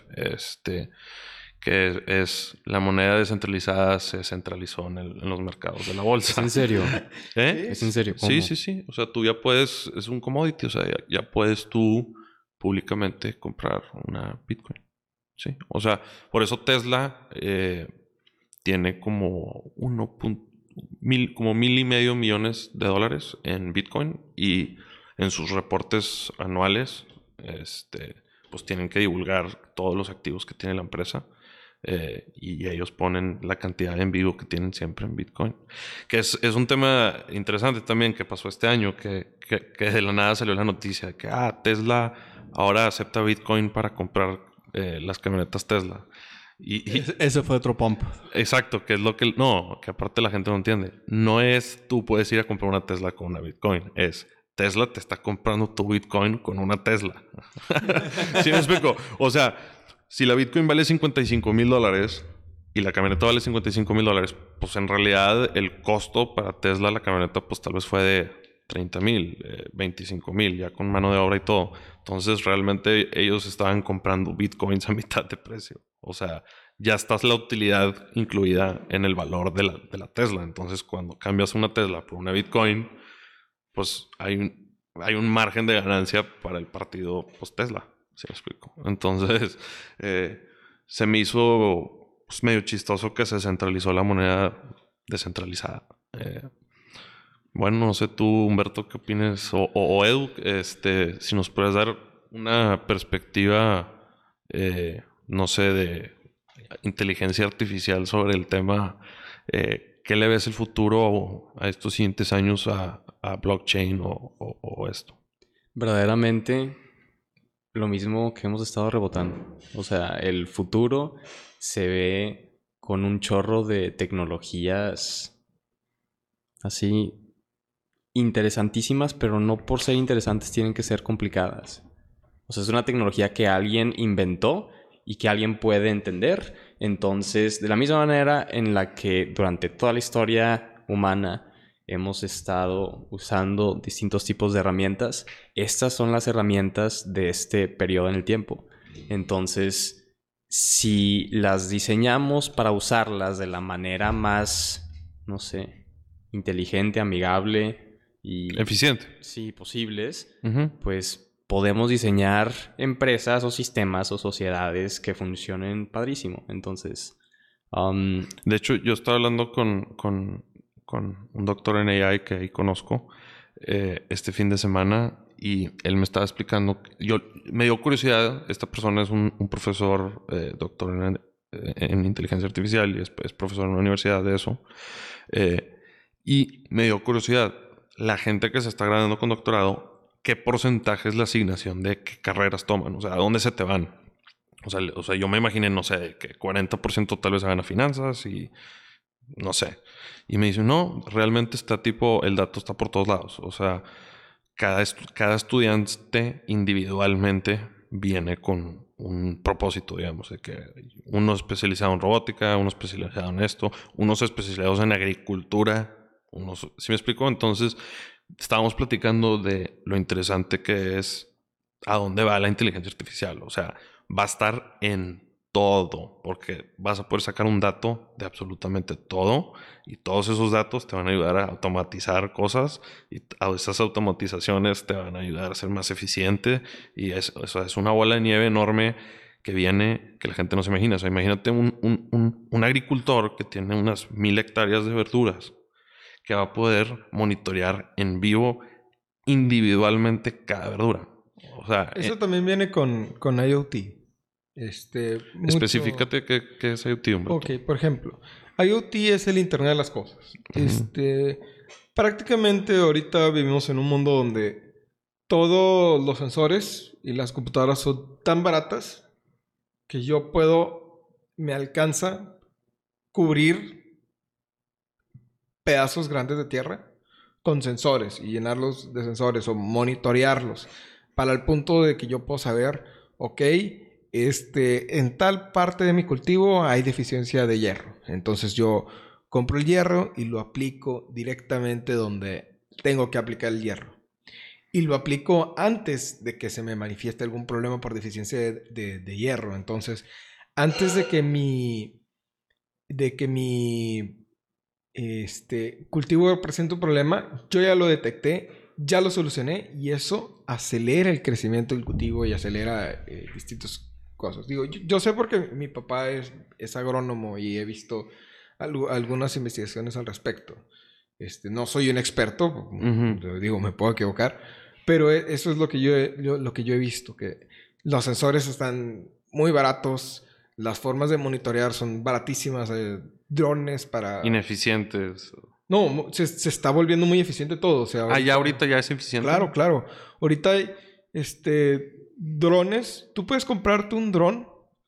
que es la moneda descentralizada, se centralizó en los mercados de la bolsa. ¿Es en serio? ¿Eh? ¿Es en serio? ¿Cómo? Sí. O sea, tú ya puedes, es un commodity, o sea, ya puedes tú públicamente comprar una Bitcoin. Sí. O sea, por eso Tesla tiene como como 1.500.000 millones de dólares en Bitcoin y en sus reportes anuales pues tienen que divulgar todos los activos que tiene la empresa y ellos ponen la cantidad en vivo que tienen siempre en Bitcoin, que es un tema interesante también que pasó este año, que de la nada salió la noticia de que Tesla ahora acepta Bitcoin para comprar las camionetas Tesla. Ese fue otro pump. Exacto, que es lo que... No, que aparte la gente no entiende. No es tú puedes ir a comprar una Tesla con una Bitcoin. Es Tesla te está comprando tu Bitcoin con una Tesla. ¿Sí me explico? O sea, si la Bitcoin vale $55,000 y la camioneta vale $55,000, pues en realidad el costo para Tesla, la camioneta, pues tal vez fue de $30,000, $25,000, ya con mano de obra y todo. Entonces realmente ellos estaban comprando Bitcoins a mitad de precio. O sea, ya está la utilidad incluida en el valor de la Tesla. Entonces, cuando cambias una Tesla por una Bitcoin, pues hay un margen de ganancia para el partido Tesla. ¿Sí me explico? Entonces, se me hizo pues, medio chistoso que se centralizó la moneda descentralizada. Bueno, no sé tú, Humberto, qué opinas. O Edu, si nos puedes dar una perspectiva, no sé, de inteligencia artificial sobre el tema. ¿Qué le ves el futuro a estos siguientes años a blockchain o esto? Verdaderamente, lo mismo que hemos estado rebotando. O sea, el futuro se ve con un chorro de tecnologías así interesantísimas, pero no por ser interesantes tienen que ser complicadas. O sea, es una tecnología que alguien inventó y que alguien puede entender. Entonces, de la misma manera en la que durante toda la historia humana hemos estado usando distintos tipos de herramientas, estas son las herramientas de este periodo en el tiempo. Entonces, si las diseñamos para usarlas de la manera más, no sé, inteligente, amigable y eficiente. sí, posibles, Uh-huh. pues podemos diseñar empresas o sistemas o sociedades que funcionen padrísimo. Entonces, de hecho, yo estaba hablando con un doctor en AI que ahí conozco este fin de semana y él me estaba explicando. Me dio curiosidad. Esta persona es un profesor, doctor en inteligencia artificial y es profesor en una universidad de eso. Y me dio curiosidad. La gente que se está graduando con doctorado, ¿qué porcentaje es la asignación de qué carreras toman? O sea, ¿a dónde se te van? O sea, yo me imaginé, no sé, que 40% tal vez se van a finanzas y no sé. Y me dicen, no, realmente está el dato está por todos lados. O sea, cada estudiante individualmente viene con un propósito, digamos, de que uno especializado en robótica, uno especializado en esto, unos especializados en agricultura, ¿sí me explico? Entonces, estábamos platicando de lo interesante que es a dónde va la inteligencia artificial. O sea, va a estar en todo, porque vas a poder sacar un dato de absolutamente todo y todos esos datos te van a ayudar a automatizar cosas y esas automatizaciones te van a ayudar a ser más eficiente y eso es una bola de nieve enorme que viene, que la gente no se imagina. O sea, imagínate un agricultor que tiene unas 1000 hectáreas de verduras que va a poder monitorear en vivo individualmente cada verdura. O sea, Eso también viene con IoT. Específicate qué es IoT, Humberto. Ok, por ejemplo, IoT es el Internet de las cosas. Prácticamente ahorita vivimos en un mundo donde todos los sensores y las computadoras son tan baratas que me alcanza cubrir pedazos grandes de tierra con sensores y llenarlos de sensores o monitorearlos para el punto de que yo puedo saber, ok, en tal parte de mi cultivo hay deficiencia de hierro. Entonces yo compro el hierro y lo aplico directamente donde tengo que aplicar el hierro. Y lo aplico antes de que se me manifieste algún problema por deficiencia de hierro. Entonces, antes de que mi cultivo presente un problema, yo ya lo detecté, ya lo solucioné y eso acelera el crecimiento del cultivo y acelera distintas cosas. Digo, yo sé porque mi papá es agrónomo y he visto algunas investigaciones al respecto. No soy un experto, digo, me puedo equivocar, pero eso es lo que yo he visto, que los sensores están muy baratos, las formas de monitorear son baratísimas, drones para... Ineficientes. No, se está volviendo muy eficiente todo, o sea... Ya ahorita ya es eficiente. Claro. Ahorita hay, drones, tú puedes comprarte un dron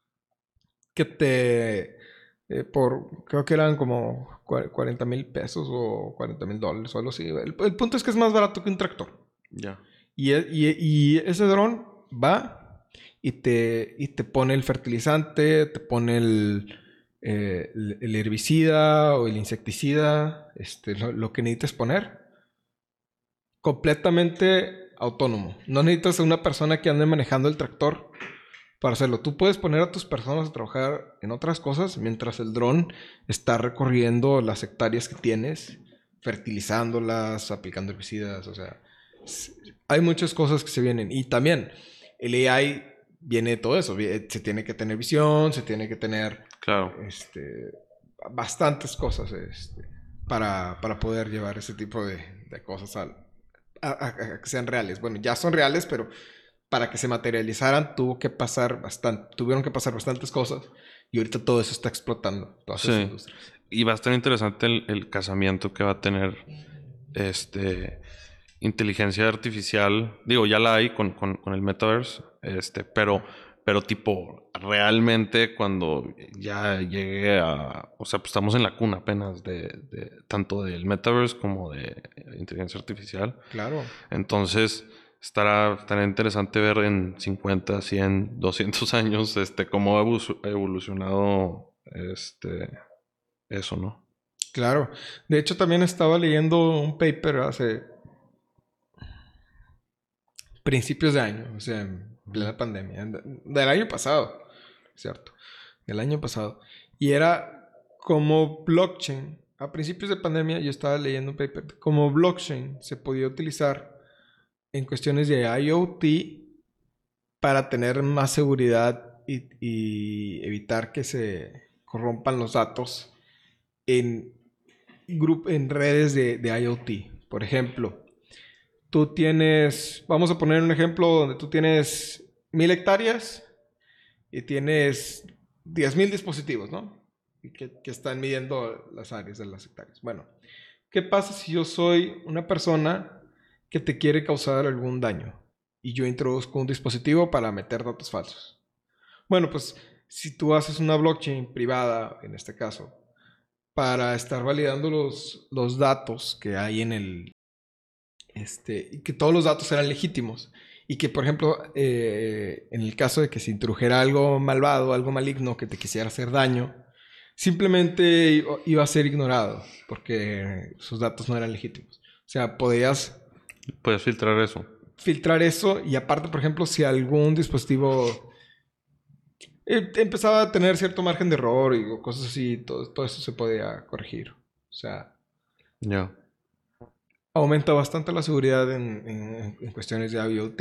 que creo que eran como 40,000 pesos o $40,000 o algo así. El punto es que es más barato que un tractor. Ya. Y ese dron va y te pone el fertilizante, te pone el herbicida o el insecticida, lo que necesites poner. Completamente autónomo. No necesitas a una persona que ande manejando el tractor para hacerlo. Tú puedes poner a tus personas a trabajar en otras cosas mientras el dron está recorriendo las hectáreas que tienes, fertilizándolas, aplicando herbicidas, o sea, hay muchas cosas que se vienen. Y también el AI viene de todo eso. Se tiene que tener visión, se tiene que tener claro. Bastantes cosas para poder llevar ese tipo de cosas a que sean reales. Bueno, ya son reales, pero para que se materializaran tuvieron que pasar bastantes cosas y ahorita todo eso está explotando, todas esas industrias. Y va a estar interesante el casamiento que va a tener inteligencia artificial. Digo, ya la hay con el metaverse, pero tipo, realmente cuando ya llegue o sea, pues estamos en la cuna apenas de tanto del metaverse como de inteligencia artificial. Claro. Entonces, estará interesante ver en 50, 100, 200 años cómo ha evolucionado eso, ¿no? Claro. De hecho, también estaba leyendo un paper hace principios de año, o sea, en plena pandemia, del año pasado, ¿cierto? Del año pasado. Y era como blockchain. A principios de pandemia yo estaba leyendo un paper. Como blockchain se podía utilizar en cuestiones de IoT para tener más seguridad y evitar que se corrompan los datos en redes de IoT. Por ejemplo, tú tienes, vamos a poner un ejemplo donde tú tienes 1000 hectáreas y tienes 10,000 dispositivos, ¿no? Y que están midiendo las áreas de las hectáreas. Bueno, ¿qué pasa si yo soy una persona que te quiere causar algún daño y yo introduzco un dispositivo para meter datos falsos? Bueno, pues si tú haces una blockchain privada, en este caso, para estar validando los datos que hay en el... y que todos los datos eran legítimos. Y que, por ejemplo, en el caso de que se introdujera algo malvado, algo maligno que te quisiera hacer daño, simplemente iba a ser ignorado porque sus datos no eran legítimos. O sea, podías Puedes filtrar eso. filtrar eso y aparte, por ejemplo, si algún dispositivo empezaba a tener cierto margen de error o cosas así, todo eso se podía corregir. O sea, Ya. aumenta bastante la seguridad en cuestiones de IoT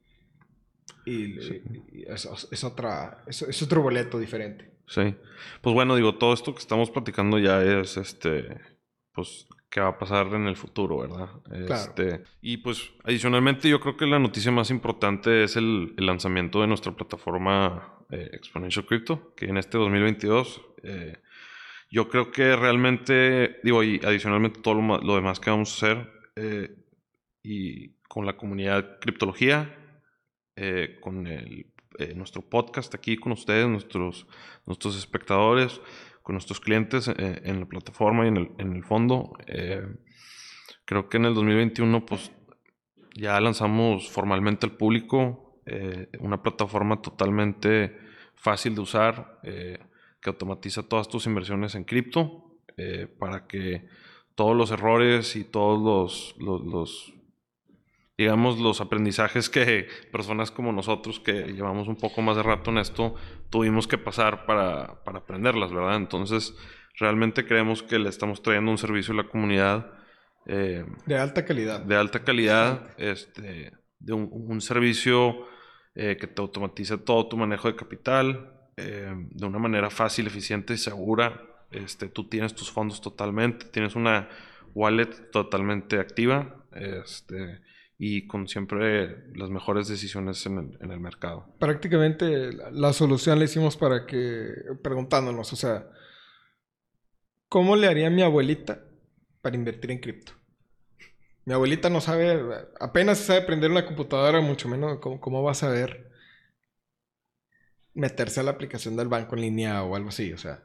y es otro boleto diferente. Sí. Pues bueno, digo, todo esto que estamos platicando ya es pues, qué va a pasar en el futuro, ¿verdad? Claro. Y pues, adicionalmente, yo creo que la noticia más importante es el lanzamiento de nuestra plataforma Exponential Crypto, que en este 2022, yo creo que realmente, digo, y adicionalmente todo lo demás que vamos a hacer, y con la comunidad criptología, con nuestro podcast aquí con ustedes, nuestros espectadores, con nuestros clientes en la plataforma y en el fondo. Creo que en el 2021 pues ya lanzamos formalmente al público una plataforma totalmente fácil de usar que automatiza todas tus inversiones en cripto para que todos los errores y todos digamos, los aprendizajes que personas como nosotros que llevamos un poco más de rato en esto tuvimos que pasar para aprenderlas, ¿verdad? Entonces, realmente creemos que le estamos trayendo un servicio a la comunidad De alta calidad. de alta calidad, de un servicio que te automatiza todo tu manejo de capital de una manera fácil, eficiente y segura. Tú tienes tus fondos totalmente, tienes una wallet totalmente activa, y con siempre las mejores decisiones en el mercado. Prácticamente la solución la hicimos preguntándonos, o sea, ¿cómo le haría mi abuelita para invertir en cripto? Mi abuelita no sabe, apenas sabe prender una computadora, mucho menos cómo va a saber meterse a la aplicación del banco en línea o algo así. O sea,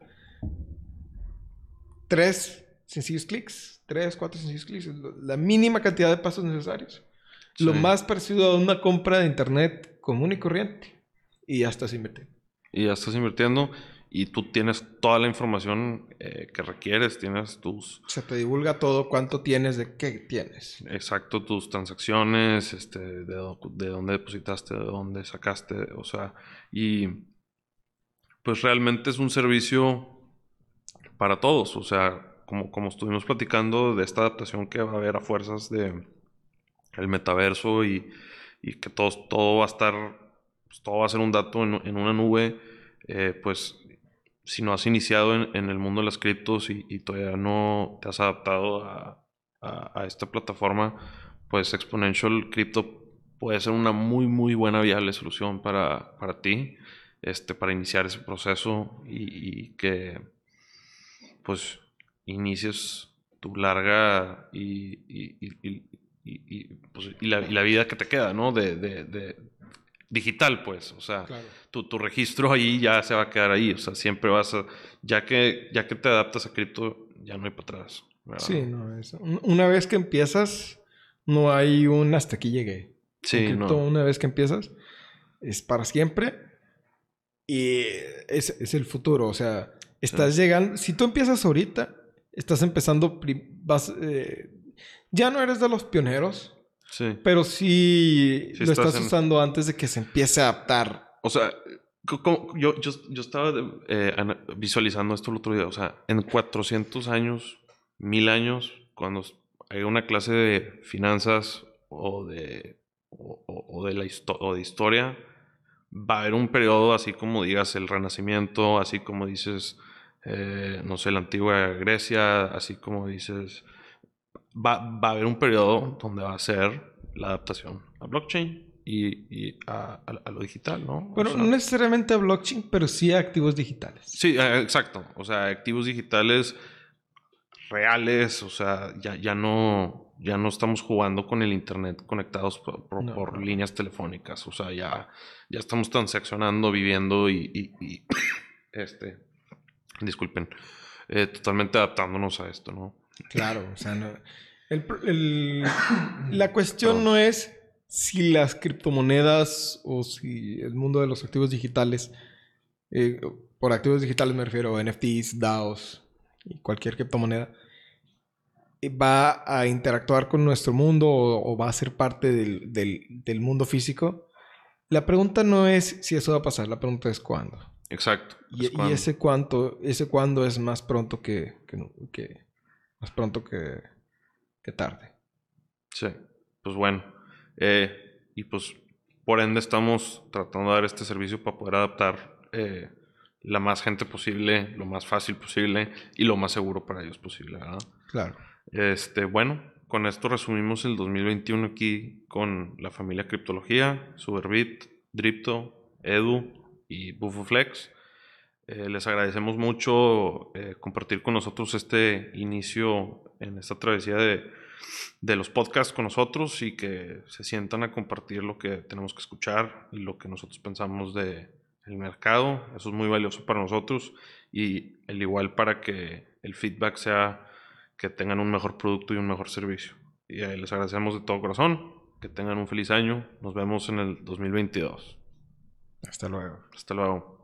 4 sencillos clics, la mínima cantidad de pasos necesarios. Sí. Lo más parecido a una compra de internet común y corriente. Y ya estás invirtiendo. Y ya estás invirtiendo y tú tienes toda la información que requieres, tienes Se te divulga todo, cuánto tienes, de qué tienes. exacto, tus transacciones, de dónde depositaste, de dónde sacaste, o sea, y pues realmente es un servicio para todos, o sea, como estuvimos platicando de esta adaptación que va a haber a fuerzas de el metaverso y que todo va a estar, pues, todo va a ser un dato en una nube, pues si no has iniciado en el mundo de las criptos y todavía no te has adaptado a esta plataforma, pues Exponential Crypto puede ser una muy muy buena viable solución para ti, para iniciar ese proceso y que pues inicies tu larga pues, y la vida que te queda, ¿no? De digital, pues. O sea, Claro. tu registro ahí ya se va a quedar ahí. O sea, siempre vas a... Ya que te adaptas a cripto, ya no hay para atrás, ¿verdad? Sí, no, una vez que empiezas, no hay un hasta aquí llegué. Sí, En cripto, una vez que empiezas, es para siempre. Y es el futuro. O sea, estás llegando. Si tú empiezas ahorita, estás empezando. Ya no eres de los pioneros. Sí. Pero sí lo estás en... usando antes de que se empiece a adaptar. O sea, yo estaba visualizando esto el otro día. O sea, en 400 años, 1000 años, cuando hay una clase de finanzas o de historia, va a haber un periodo así como digas el Renacimiento, así como dices, no sé, la antigua Grecia, así como dices, va a haber un periodo donde va a ser la adaptación a blockchain y a lo digital, ¿no? O Bueno, sea, no necesariamente a blockchain, pero sí a activos digitales. sí, exacto. O sea, activos digitales reales, o sea, ya no estamos jugando con el internet conectados por No. líneas telefónicas. O sea, ya estamos transaccionando, viviendo y disculpen, totalmente adaptándonos a esto, ¿no? Claro, o sea, no. La cuestión Perdón. no es si las criptomonedas o si el mundo de los activos digitales, eh, por activos digitales me refiero a NFTs, DAOs y cualquier criptomoneda, va a interactuar con nuestro mundo o va a ser parte del mundo físico. La pregunta no es si eso va a pasar, la pregunta es cuándo. Exacto. Es Y cuando. ese cuándo es más pronto más pronto que tarde. Sí, pues bueno. Y pues por ende estamos tratando de dar este servicio para poder adaptar la más gente posible, lo más fácil posible y lo más seguro para ellos posible, ¿verdad? Claro. Bueno, con esto resumimos el 2021 aquí con la familia Criptología, Superbit, Dripto, Edu y Bufoflex. Les agradecemos mucho compartir con nosotros este inicio en esta travesía de los podcasts con nosotros y que se sientan a compartir lo que tenemos que escuchar y lo que nosotros pensamos del mercado. Eso es muy valioso para nosotros y el igual para que el feedback sea que tengan un mejor producto y un mejor servicio. Y les agradecemos de todo corazón. Que tengan un feliz año. Nos vemos en el 2022. Hasta luego. Hasta luego.